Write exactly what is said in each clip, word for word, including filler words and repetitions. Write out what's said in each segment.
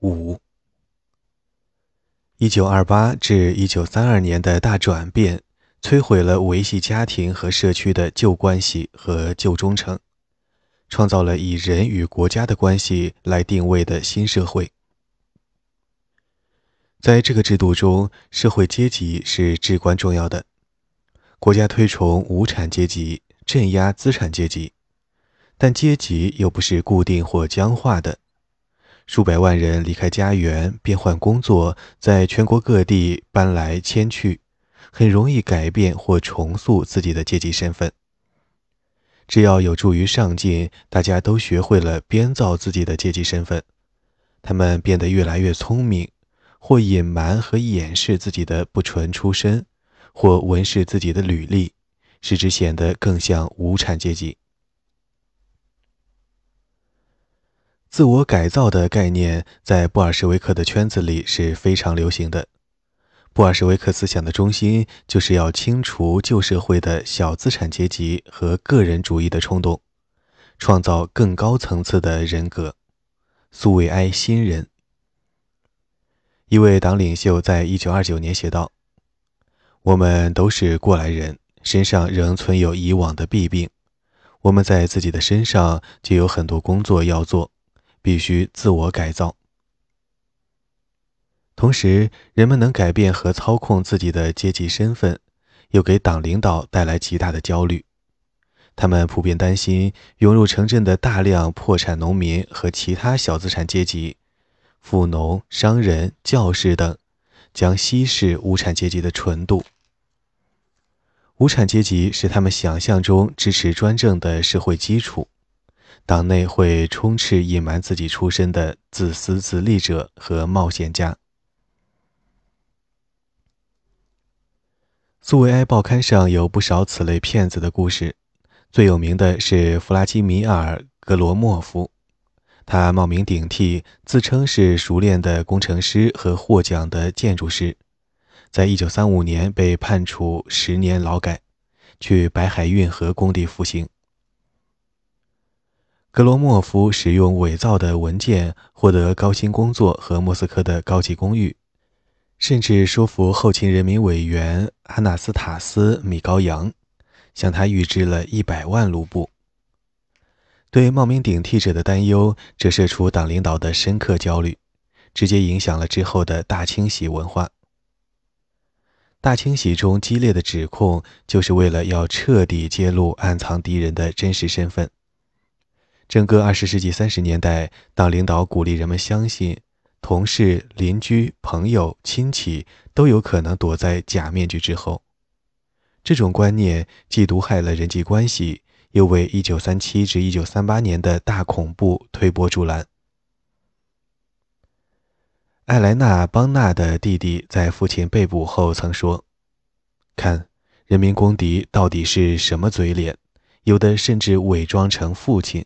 五。一九二八至一九三二年的大转变，摧毁了维系家庭和社区的旧关系和旧忠诚，创造了以人与国家的关系来定位的新社会。在这个制度中，社会阶级是至关重要的。国家推崇无产阶级，镇压资产阶级，但阶级又不是固定或僵化的。数百万人离开家园，变换工作，在全国各地搬来迁去，很容易改变或重塑自己的阶级身份。只要有助于上进，大家都学会了编造自己的阶级身份。他们变得越来越聪明，或隐瞒和掩饰自己的不纯出身，或文饰自己的履历，使之显得更像无产阶级。自我改造的概念在布尔什维克的圈子里是非常流行的。布尔什维克思想的中心就是要清除旧社会的小资产阶级和个人主义的冲动，创造更高层次的人格。苏维埃新人。一位党领袖在一九二九年写道：我们都是过来人，身上仍存有以往的弊病，我们在自己的身上就有很多工作要做，必须自我改造。同时，人们能改变和操控自己的阶级身份，又给党领导带来极大的焦虑。他们普遍担心涌入城镇的大量破产农民和其他小资产阶级，富农、商人、教士等，将稀释无产阶级的纯度。无产阶级是他们想象中支持专政的社会基础。党内会充斥隐瞒自己出身的自私自利者和冒险家。苏维埃报刊上有不少此类骗子的故事，最有名的是弗拉基米尔·格罗莫夫。他冒名顶替，自称是熟练的工程师和获奖的建筑师，在一九三五年被判处十年劳改，去白海运河工地服刑。格罗莫夫使用伪造的文件获得高薪工作和莫斯科的高级公寓，甚至说服后勤人民委员阿纳斯塔斯·米高扬，向他预支了一百万卢布。对冒名顶替者的担忧折射出党领导的深刻焦虑，直接影响了之后的大清洗文化。大清洗中激烈的指控，就是为了要彻底揭露暗藏敌人的真实身份。整个二十世纪三十年代，党领导鼓励人们相信，同事、邻居、朋友、亲戚都有可能躲在假面具之后。这种观念既毒害了人际关系，又为一九三七至一九三八年的大恐怖推波助澜。艾莱娜·邦纳的弟弟在父亲被捕后曾说：看，人民公敌到底是什么嘴脸，有的甚至伪装成父亲。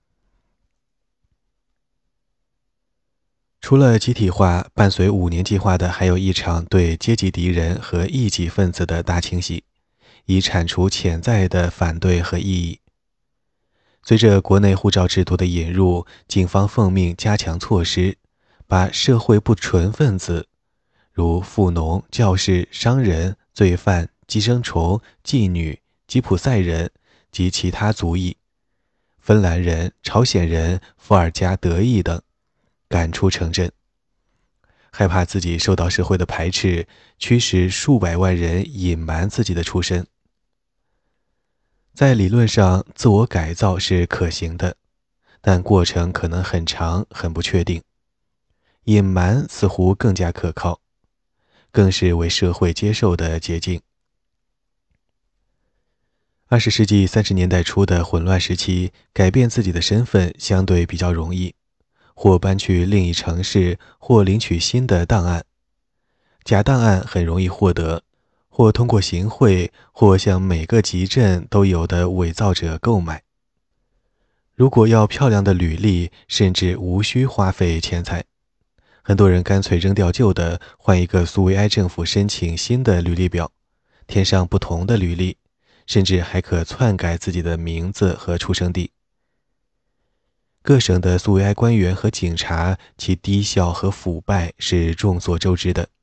除了集体化，伴随五年计划的还有一场对阶级敌人和异己分子的大清洗，以铲除潜在的反对和异议。随着国内护照制度的引入，警方奉命加强措施，把社会不纯分子，如富农、教士、商人、罪犯、寄生虫、妓女、吉普赛人及其他族裔、芬兰人、朝鲜人、伏尔加德裔等赶出城镇。害怕自己受到社会的排斥，驱使数百万人隐瞒自己的出身。在理论上，自我改造是可行的，但过程可能很长，很不确定。隐瞒似乎更加可靠，更是为社会接受的捷径。二十世纪三十年代初的混乱时期，改变自己的身份相对比较容易，或搬去另一城市，或领取新的档案。假档案很容易获得，或通过行贿，或向每个集镇都有的伪造者购买。如果要漂亮的履历，甚至无需花费钱财。很多人干脆扔掉旧的，换一个苏维埃政府申请新的履历表，填上不同的履历，甚至还可篡改自己的名字和出生地。 各省的苏维埃官员和警察其低效和腐败是众所周知的。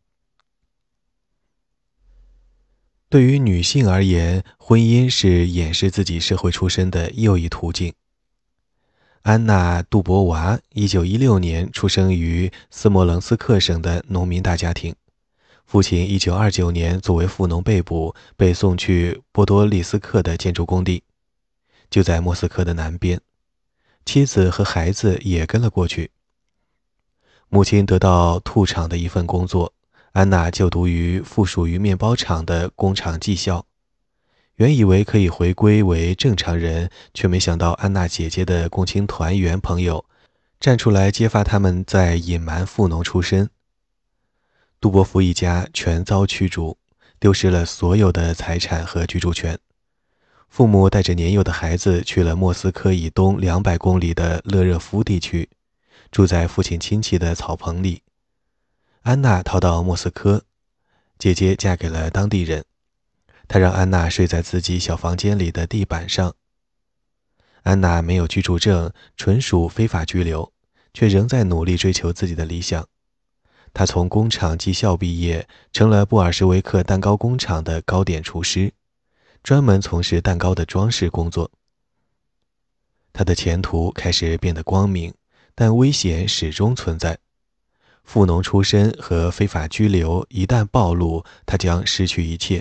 对于女性而言，婚姻是掩饰自己社会出身的又一途径。安娜·杜博娃一九一六年出生于斯莫棱斯克省的农民大家庭，父亲一九二九年作为富农被捕，被送去波多利斯克的建筑工地，就在莫斯科的南边。妻子和孩子也跟了过去。母亲得到兔场的一份工作，安娜就读于附属于面包厂的工厂技校。原以为可以回归为正常人，却没想到安娜姐姐的共青团员朋友站出来揭发他们在隐瞒富农出身。杜波夫一家全遭驱逐，丢失了所有的财产和居住权。父母带着年幼的孩子去了莫斯科以东两百公里的勒热夫地区，住在父亲亲戚的草棚里。安娜逃到莫斯科，姐姐嫁给了当地人。他让安娜睡在自己小房间里的地板上。安娜没有居住证，纯属非法居留，却仍在努力追求自己的理想。她从工厂技校毕业，成了布尔什维克蛋糕工厂的糕点厨师，专门从事蛋糕的装饰工作。她的前途开始变得光明，但危险始终存在。富农出身和非法居留一旦暴露，她将失去一切。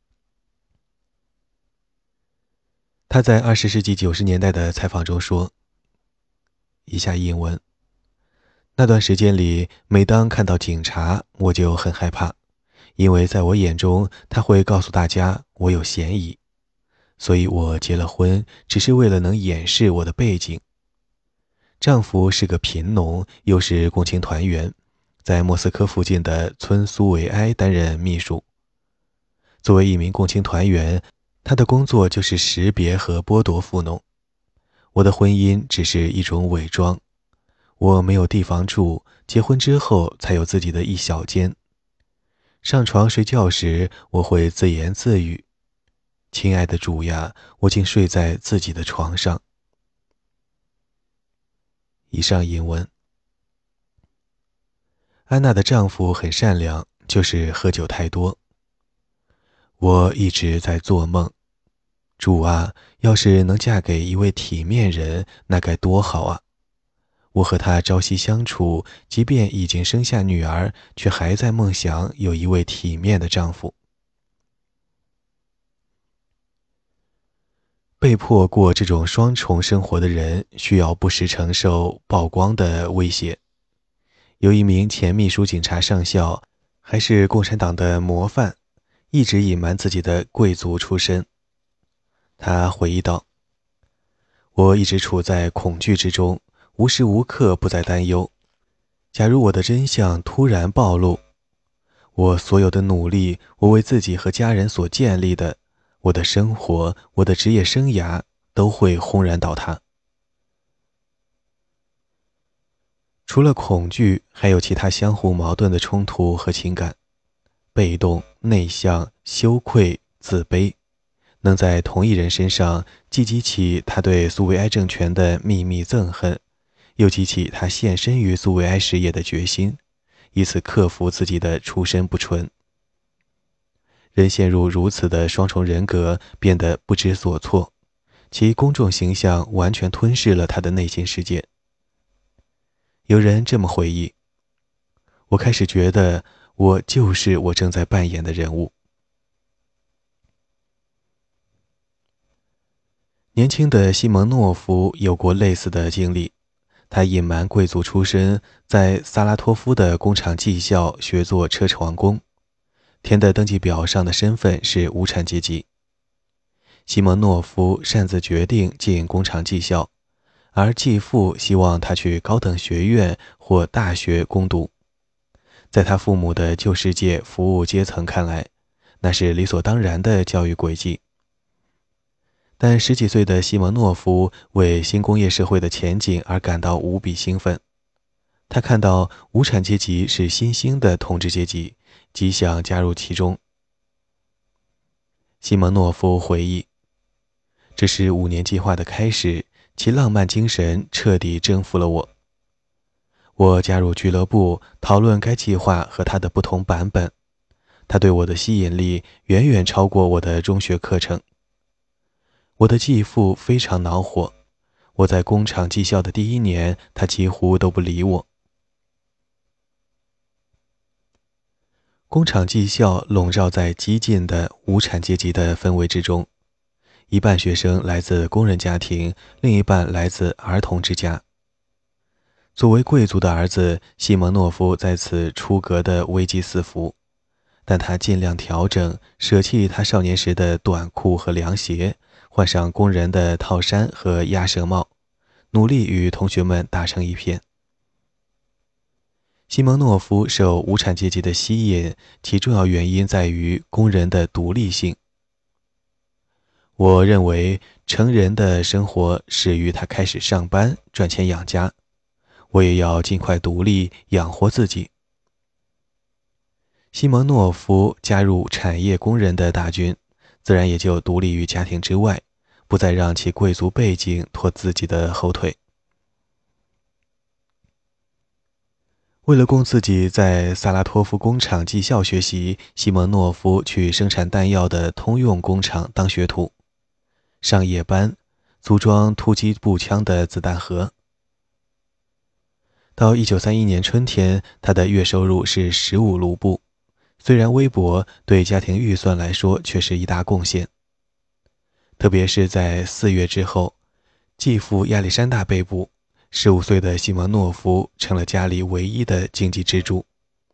他在二十世纪九十年代的采访中说，以下引文：那段时间里，每当看到警察，我就很害怕，因为在我眼中，他会告诉大家我有嫌疑，所以我结了婚，只是为了能掩饰我的背景。丈夫是个贫农，又是共青团员，在莫斯科附近的村苏维埃担任秘书。作为一名共青团员，他的工作就是识别和剥夺富农。我的婚姻只是一种伪装，我没有地方住，结婚之后才有自己的一小间。上床睡觉时，我会自言自语：亲爱的主呀，我竟睡在自己的床上。以上引文。安娜的丈夫很善良，就是喝酒太多。我一直在做梦，主啊，要是能嫁给一位体面人，那该多好啊！我和他朝夕相处，即便已经生下女儿，却还在梦想有一位体面的丈夫。被迫过这种双重生活的人，需要不时承受曝光的威胁。有一名前秘书警察上校，还是共产党的模范，一直隐瞒自己的贵族出身。他回忆道：我一直处在恐惧之中，无时无刻不在担忧，假如我的真相突然暴露，我所有的努力，我为自己和家人所建立的，我的生活，我的职业生涯，都会轰然倒塌。除了恐惧，还有其他相互矛盾的冲突和情感：被动、内向、羞愧、自卑，能在同一人身上既激起他对苏维埃政权的秘密憎恨，又激起他献身于苏维埃事业的决心，以此克服自己的出身不纯。人陷入如此的双重人格，变得不知所措，其公众形象完全吞噬了他的内心世界。有人这么回忆：我开始觉得我就是我正在扮演的人物。年轻的西蒙诺夫有过类似的经历，他隐瞒贵族出身，在萨拉托夫的工厂技校学做车床工，填的登记表上的身份是无产阶级。西蒙诺夫擅自决定进工厂技校，而继父希望他去高等学院或大学攻读。在他父母的旧世界服务阶层看来，那是理所当然的教育轨迹。但十几岁的西蒙诺夫为新工业社会的前景而感到无比兴奋。他看到无产阶级是新兴的统治阶级，极想加入其中。西蒙诺夫回忆，这是五年计划的开始， 其浪漫精神彻底征服了我。我加入俱乐部，讨论该计划和它的不同版本。它对我的吸引力远远超过我的中学课程。我的继父非常恼火，我在工厂技校的第一年，他几乎都不理我。工厂技校笼罩在激进的无产阶级的氛围之中，一半学生来自工人家庭，另一半来自儿童之家。作为贵族的儿子，西蒙诺夫在此出格的危机四伏，但他尽量调整，舍弃他少年时的短裤和凉鞋，换上工人的套衫和鸭舌帽，努力与同学们打成一片。西蒙诺夫受无产阶级的吸引，其重要原因在于工人的独立性。我认为成人的生活始于他开始上班赚钱养家，我也要尽快独立养活自己。西蒙诺夫加入产业工人的大军，自然也就独立于家庭之外，不再让其贵族背景拖自己的后腿。为了供自己在萨拉托夫工厂技校学习，西蒙诺夫去生产弹药的通用工厂当学徒，上夜班，组装突击步枪的子弹盒。到一九三一年春天，他的月收入是十五卢布，虽然微薄，对家庭预算来说却是一大贡献。特别是在四月之后，继父亚历山大被捕，十五岁的西蒙诺夫成了家里唯一的经济支柱。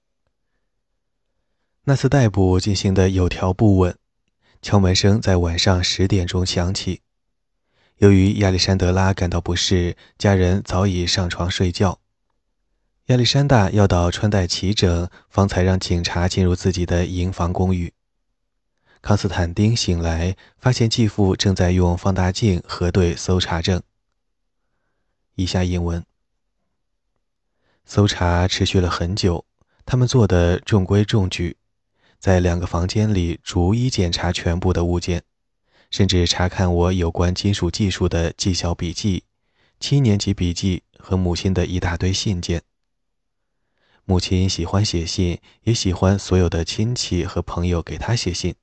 那次逮捕进行得有条不紊，敲门声在晚上十点钟响起。由于亚历山德拉感到不适，家人早已上床睡觉。亚历山大要到穿戴齐整，方才让警察进入自己的营房公寓。康斯坦丁醒来，发现继父正在用放大镜核对搜查证。以下引文。搜查持续了很久，他们做的中规中矩，在两个房间里逐一检查全部的物件，甚至查看我有关金属技术的技校笔记、七年级笔记和母亲的一大堆信件。母亲喜欢写信，也喜欢所有的亲戚和朋友给她写信。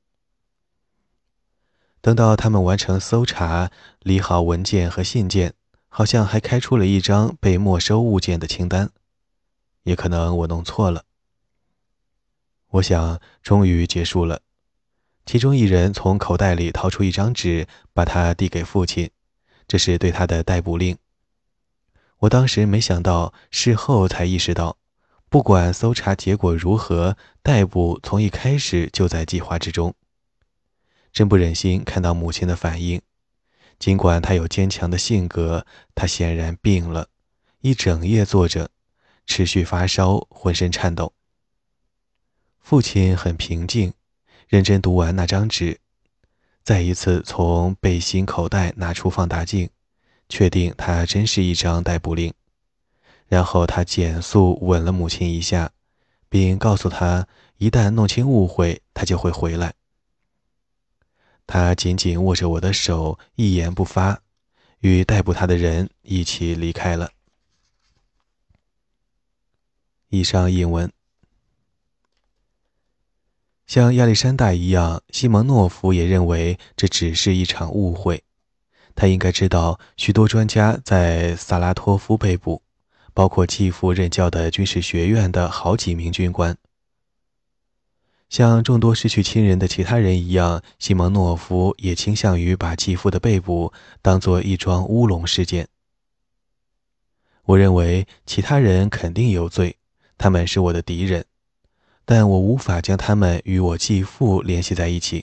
等到他们完成搜查，理好文件和信件，好像还开出了一张被没收物件的清单，也可能我弄错了。我想，终于结束了。其中一人从口袋里掏出一张纸，把它递给父亲，这是对他的逮捕令。我当时没想到，事后才意识到，不管搜查结果如何，逮捕从一开始就在计划之中。真不忍心看到母亲的反应，尽管她有坚强的性格，她显然病了，一整夜坐着，持续发烧，浑身颤抖。父亲很平静，认真读完那张纸，再一次从背心口袋拿出放大镜，确定它真是一张逮捕令。然后他减速吻了母亲一下，并告诉她，一旦弄清误会，他就会回来。他紧紧握着我的手，一言不发，与逮捕他的人一起离开了。以上引文。像亚历山大一样，西蒙诺夫也认为这只是一场误会。他应该知道，许多专家在萨拉托夫被捕，包括继父任教的军事学院的好几名军官。像众多失去亲人的其他人一样，西蒙诺夫也倾向于把继父的被捕当作一桩乌龙事件。我认为其他人肯定有罪，他们是我的敌人，但我无法将他们与我继父联系在一起。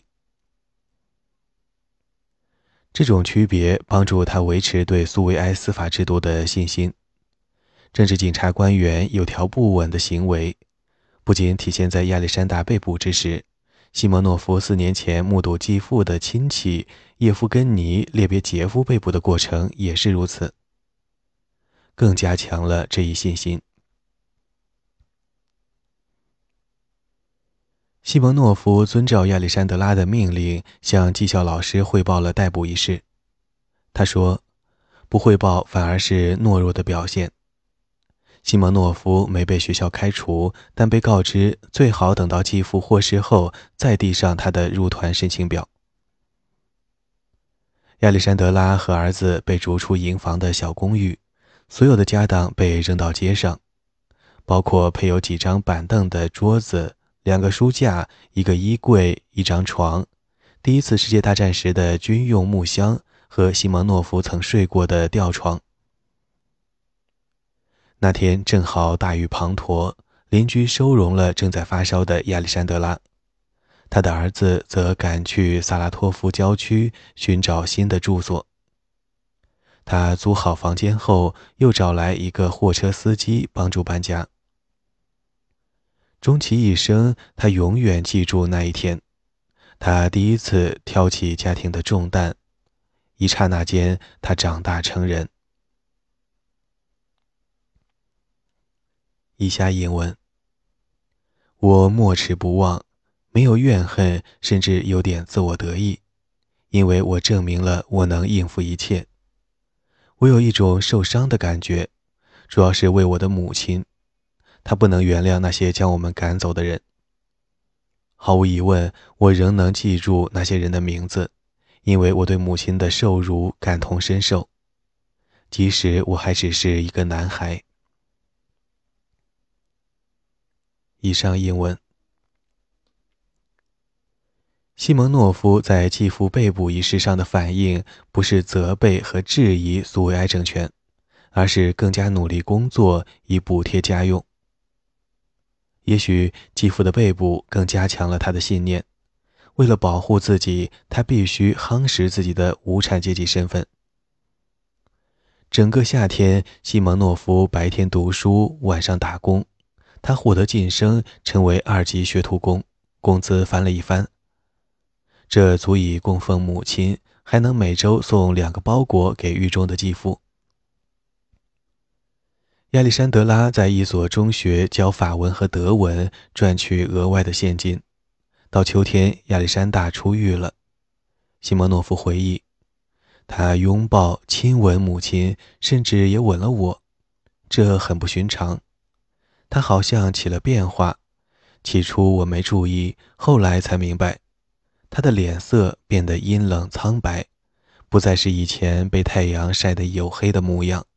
这种区别帮助他维持对苏维埃司法制度的信心。政治警察官员有条不紊的行为，不仅体现在亚历山大被捕之时，西蒙诺夫四年前目睹继父的亲戚叶夫根尼列别杰夫被捕的过程也是如此，更加强了这一信心。西蒙诺夫遵照亚历山德拉的命令，向技校老师汇报了逮捕一事。他说：“ 不汇报反而是懦弱的表现。西蒙诺夫没被学校开除，但被告知最好等到继父获释后再递上他的入团申请表。亚历山德拉和儿子被逐出营房的小公寓，所有的家当被扔到街上，包括配有几张板凳的桌子、两个书架、一个衣柜、一张床，第一次世界大战时的军用木箱和西蒙诺夫曾睡过的吊床。那天正好大雨滂沱，邻居收容了正在发烧的亚历山德拉，他的儿子则赶去萨拉托夫郊区寻找新的住所。他租好房间后，又找来一个货车司机帮助搬家。终其一生，他永远记住那一天，他第一次挑起家庭的重担，一刹那间，他长大成人。以下引文：我没齿不忘，没有怨恨，甚至有点自我得意，因为我证明了我能应付一切。我有一种受伤的感觉，主要是为我的母亲，她不能原谅那些将我们赶走的人。毫无疑问，我仍能记住那些人的名字，因为我对母亲的受辱感同身受，即使我还只是一个男孩。以上英文。西蒙诺夫在继父被捕一事上的反应，不是责备和质疑苏维埃政权，而是更加努力工作以补贴家用。也许继父的被捕更加强了他的信念，为了保护自己，他必须夯实自己的无产阶级身份。整个夏天，西蒙诺夫白天读书，晚上打工。他获得晋升，成为二级学徒工，工资翻了一番。这足以供奉母亲，还能每周送两个包裹给狱中的继父。亚历山德拉在一所中学教法文和德文，赚取额外的现金。到秋天，亚历山大出狱了。西蒙诺夫回忆，他拥抱、亲吻母亲，甚至也吻了我，这很不寻常。他好像起了变化，起初我没注意，后来才明白，他的脸色变得阴冷苍白，不再是以前被太阳晒得黝黑的模样。